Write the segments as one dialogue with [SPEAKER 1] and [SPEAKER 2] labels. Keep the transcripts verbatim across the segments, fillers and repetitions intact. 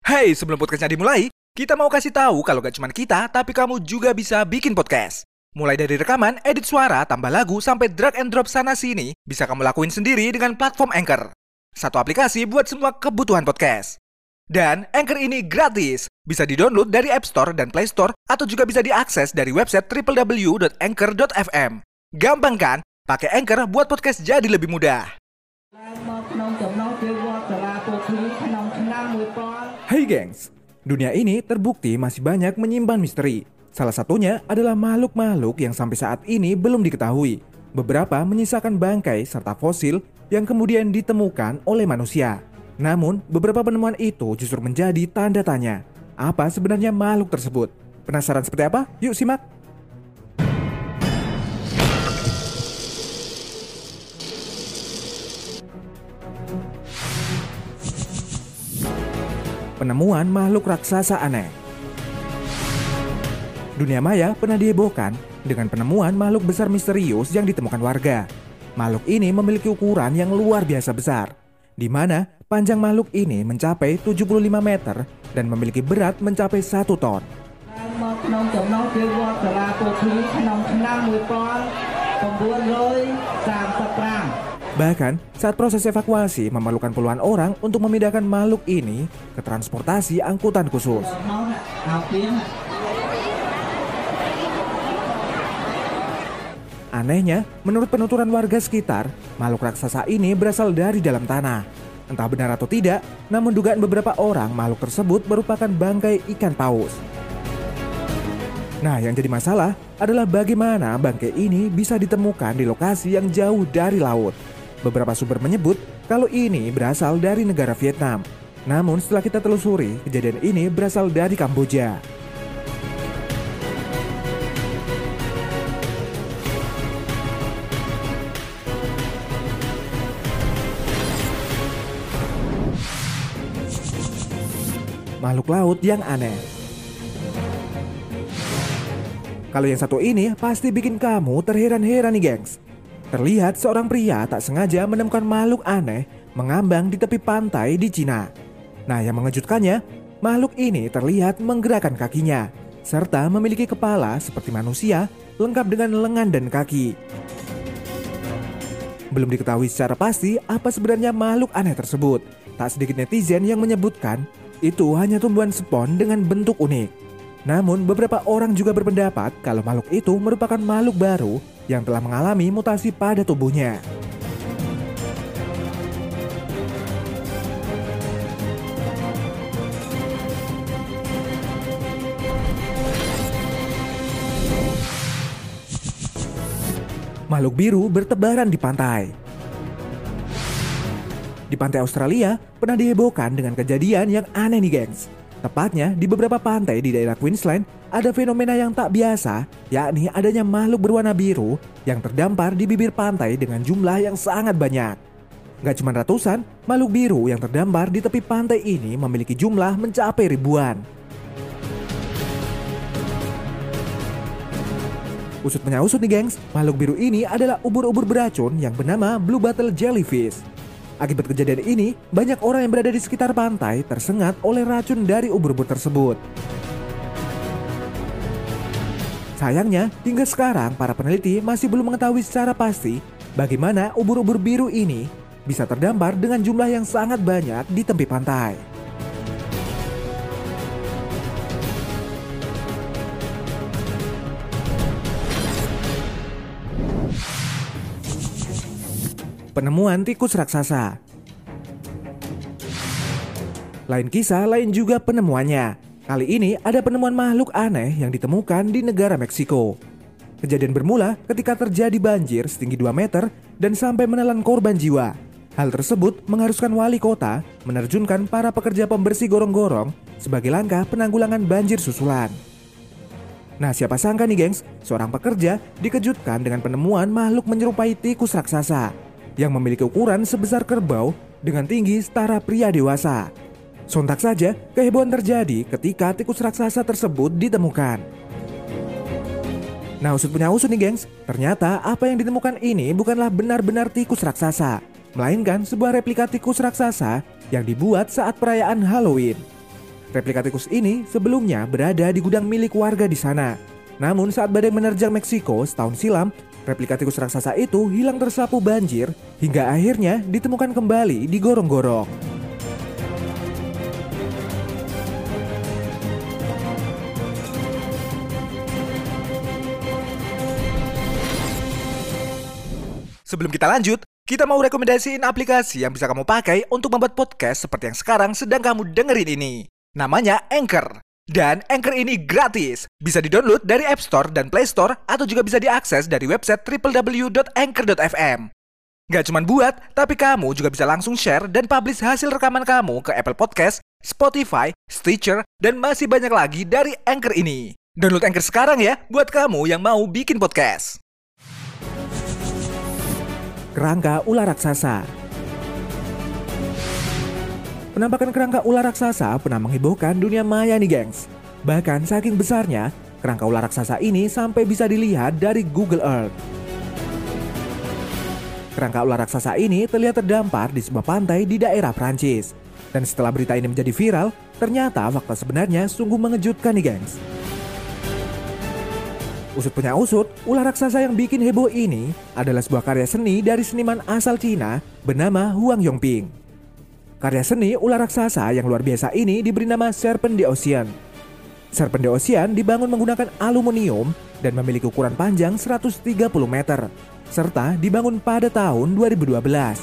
[SPEAKER 1] Hey, sebelum podcastnya dimulai, kita mau kasih tahu kalau gak cuma kita, tapi kamu juga bisa bikin podcast. Mulai dari rekaman, edit suara, tambah lagu, sampai drag and drop sana-sini, bisa kamu lakuin sendiri dengan platform Anchor. Satu aplikasi buat semua kebutuhan podcast. Dan Anchor ini gratis, bisa di-download dari App Store dan Play Store, atau juga bisa diakses dari website w w w dot anchor dot f m. Gampang kan? Pakai Anchor buat podcast jadi lebih mudah. Hai gengs, dunia ini terbukti masih banyak menyimpan misteri. Salah satunya adalah makhluk-makhluk yang sampai saat ini belum diketahui. Beberapa menyisakan bangkai serta fosil yang kemudian ditemukan oleh manusia. Namun, beberapa penemuan itu justru menjadi tanda tanya. Apa sebenarnya makhluk tersebut? Penasaran seperti apa? Yuk simak! Penemuan makhluk raksasa aneh. Dunia maya pernah dihebohkan dengan penemuan makhluk besar misterius yang ditemukan warga. Makhluk ini memiliki ukuran yang luar biasa besar, di mana panjang makhluk ini mencapai tujuh puluh lima meter dan memiliki berat mencapai satu ton. Bahkan, saat proses evakuasi memerlukan puluhan orang untuk memindahkan makhluk ini ke transportasi angkutan khusus. Anehnya, menurut penuturan warga sekitar, makhluk raksasa ini berasal dari dalam tanah. Entah benar atau tidak, namun dugaan beberapa orang makhluk tersebut merupakan bangkai ikan paus. Nah, yang jadi masalah adalah bagaimana bangkai ini bisa ditemukan di lokasi yang jauh dari laut. Beberapa sumber menyebut kalau ini berasal dari negara Vietnam. Namun setelah kita telusuri, kejadian ini berasal dari Kamboja. Makhluk laut yang aneh. Kalau yang satu ini pasti bikin kamu terheran-heran nih gengs. Terlihat seorang pria tak sengaja menemukan makhluk aneh mengambang di tepi pantai di Cina. Nah, yang mengejutkannya, makhluk ini terlihat menggerakkan kakinya, serta memiliki kepala seperti manusia, lengkap dengan lengan dan kaki. Belum diketahui secara pasti apa sebenarnya makhluk aneh tersebut. Tak sedikit netizen yang menyebutkan itu hanya tumbuhan spons dengan bentuk unik. Namun, beberapa orang juga berpendapat kalau makhluk itu merupakan makhluk baru yang telah mengalami mutasi pada tubuhnya. Makhluk biru bertebaran di pantai. Di pantai Australia, pernah dihebohkan dengan kejadian yang aneh nih gengs. Tepatnya di beberapa pantai di daerah Queensland ada fenomena yang tak biasa, yakni adanya makhluk berwarna biru yang terdampar di bibir pantai dengan jumlah yang sangat banyak. Gak cuma ratusan, makhluk biru yang terdampar di tepi pantai ini memiliki jumlah mencapai ribuan. Usut punya usut nih gengs, makhluk biru ini adalah ubur-ubur beracun yang bernama Blue Bottle Jellyfish. Akibat kejadian ini, banyak orang yang berada di sekitar pantai tersengat oleh racun dari ubur-ubur tersebut. Sayangnya, hingga sekarang para peneliti masih belum mengetahui secara pasti bagaimana ubur-ubur biru ini bisa terdampar dengan jumlah yang sangat banyak di tepi pantai. Penemuan tikus raksasa. Lain kisah, lain juga penemuannya. Kali ini ada penemuan makhluk aneh yang ditemukan di negara Meksiko. Kejadian bermula ketika terjadi banjir setinggi dua meter dan sampai menelan korban jiwa. Hal tersebut mengharuskan wali kota menerjunkan para pekerja pembersih gorong-gorong sebagai langkah penanggulangan banjir susulan. Nah, siapa sangka nih gengs, seorang pekerja dikejutkan dengan penemuan makhluk menyerupai tikus raksasa yang memiliki ukuran sebesar kerbau dengan tinggi setara pria dewasa. Sontak saja, kehebohan terjadi ketika tikus raksasa tersebut ditemukan. Nah, usut punya usut nih gengs, ternyata apa yang ditemukan ini bukanlah benar-benar tikus raksasa, melainkan sebuah replika tikus raksasa yang dibuat saat perayaan Halloween. Replika tikus ini sebelumnya berada di gudang milik warga di sana. Namun saat badai menerjang Meksiko setahun silam, replika tikus raksasa itu hilang tersapu banjir hingga akhirnya ditemukan kembali di gorong-gorong. Sebelum kita lanjut, kita mau rekomendasiin aplikasi yang bisa kamu pakai untuk membuat podcast seperti yang sekarang sedang kamu dengerin ini. Namanya Anchor. Dan Anchor ini gratis. Bisa di-download dari App Store dan Play Store atau juga bisa diakses dari website w w w dot anchor dot f m. Gak cuma buat, tapi kamu juga bisa langsung share dan publish hasil rekaman kamu ke Apple Podcast, Spotify, Stitcher, dan masih banyak lagi dari Anchor ini. Download Anchor sekarang ya buat kamu yang mau bikin podcast. Kerangka ular raksasa. Penampakan kerangka ular raksasa pernah menghebohkan dunia maya nih gengs. Bahkan saking besarnya, kerangka ular raksasa ini sampai bisa dilihat dari Google Earth. Kerangka ular raksasa ini terlihat terdampar di sebuah pantai di daerah Prancis. Dan setelah berita ini menjadi viral, ternyata fakta sebenarnya sungguh mengejutkan nih gengs. Usut punya usut, ular raksasa yang bikin heboh ini adalah sebuah karya seni dari seniman asal Cina bernama Huang Yongping. Karya seni ular raksasa yang luar biasa ini diberi nama Serpent the Ocean. Serpent the Ocean dibangun menggunakan aluminium dan memiliki ukuran panjang seratus tiga puluh meter, serta dibangun pada tahun dua ribu dua belas.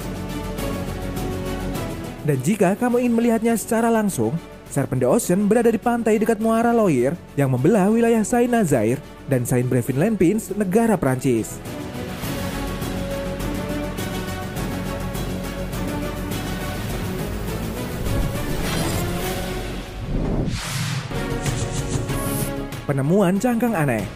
[SPEAKER 1] Dan jika kamu ingin melihatnya secara langsung, Serpent the Ocean berada di pantai dekat Muara Loire yang membelah wilayah Saint-Nazaire dan Saint-Brevin-les-Pins, negara Prancis. Penemuan cangkang aneh.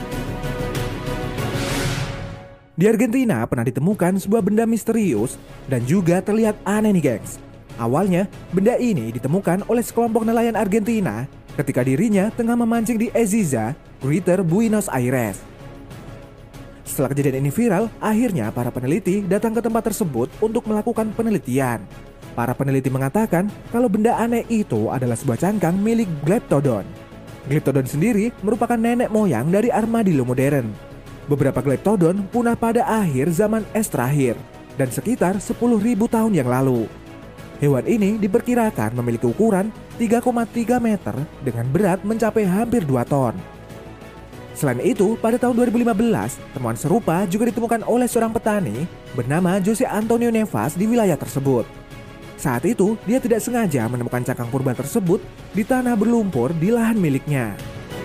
[SPEAKER 1] Di Argentina pernah ditemukan sebuah benda misterius dan juga terlihat aneh nih gengs. Awalnya, benda ini ditemukan oleh sekelompok nelayan Argentina ketika dirinya tengah memancing di Ezeiza, Greater Buenos Aires. Setelah kejadian ini viral, akhirnya para peneliti datang ke tempat tersebut untuk melakukan penelitian. Para peneliti mengatakan kalau benda aneh itu adalah sebuah cangkang milik Glyptodon. Glyptodon sendiri merupakan nenek moyang dari armadillo modern. Beberapa Glyptodon punah pada akhir zaman es terakhir dan sekitar sepuluh ribu tahun yang lalu. Hewan ini diperkirakan memiliki ukuran tiga koma tiga meter dengan berat mencapai hampir dua ton. Selain itu, pada tahun dua ribu lima belas, temuan serupa juga ditemukan oleh seorang petani bernama Jose Antonio Nevas di wilayah tersebut. Saat itu, dia tidak sengaja menemukan cangkang purba tersebut di tanah berlumpur di lahan miliknya.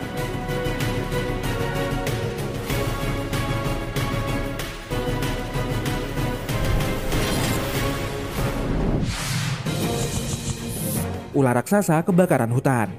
[SPEAKER 1] Ular raksasa kebakaran hutan.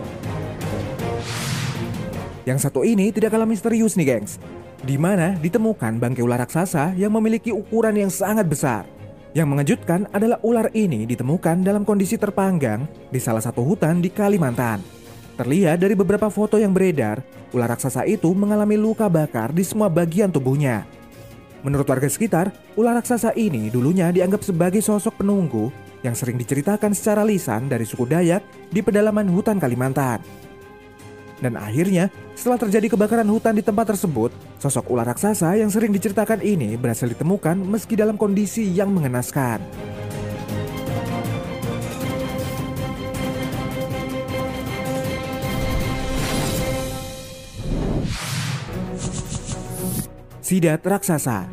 [SPEAKER 1] Yang satu ini tidak kalah misterius nih gengs, di mana ditemukan bangkai ular raksasa yang memiliki ukuran yang sangat besar. Yang mengejutkan adalah ular ini ditemukan dalam kondisi terpanggang di salah satu hutan di Kalimantan. Terlihat dari beberapa foto yang beredar, ular raksasa itu mengalami luka bakar di semua bagian tubuhnya. Menurut warga sekitar, ular raksasa ini dulunya dianggap sebagai sosok penunggu yang sering diceritakan secara lisan dari suku Dayak di pedalaman hutan Kalimantan. Dan akhirnya, setelah terjadi kebakaran hutan di tempat tersebut, sosok ular raksasa yang sering diceritakan ini berhasil ditemukan meski dalam kondisi yang mengenaskan. Sidat raksasa.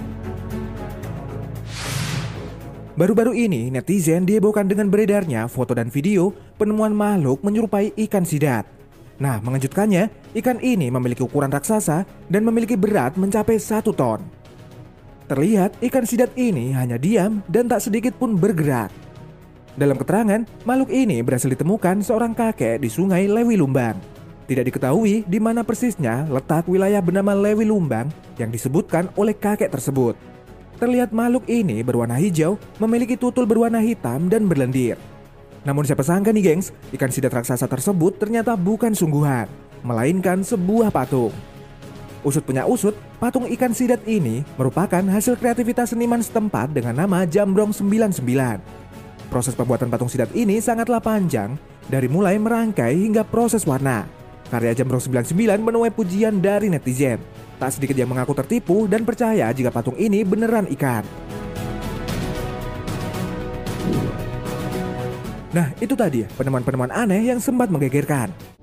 [SPEAKER 1] Baru-baru ini, netizen dihebohkan dengan beredarnya foto dan video penemuan makhluk menyerupai ikan sidat. Nah, mengejutkannya, ikan ini memiliki ukuran raksasa dan memiliki berat mencapai satu ton. Terlihat ikan sidat ini hanya diam dan tak sedikit pun bergerak. Dalam keterangan, makhluk ini berhasil ditemukan seorang kakek di sungai Lewi Lumbang. Tidak diketahui di mana persisnya letak wilayah bernama Lewi Lumbang yang disebutkan oleh kakek tersebut. Terlihat makhluk ini berwarna hijau, memiliki tutul berwarna hitam dan berlendir. Namun siapa sangka nih gengs, ikan sidat raksasa tersebut ternyata bukan sungguhan, melainkan sebuah patung. Usut punya usut, patung ikan sidat ini merupakan hasil kreativitas seniman setempat dengan nama Jambrong sembilan puluh sembilan. Proses pembuatan patung sidat ini sangatlah panjang Dari mulai merangkai hingga proses warna, karya Jamrong sembilan puluh sembilan menuai pujian dari netizen. Tak sedikit yang mengaku tertipu dan percaya jika patung ini beneran ikan. Nah, itu tadi penemuan-penemuan aneh yang sempat menggegerkan.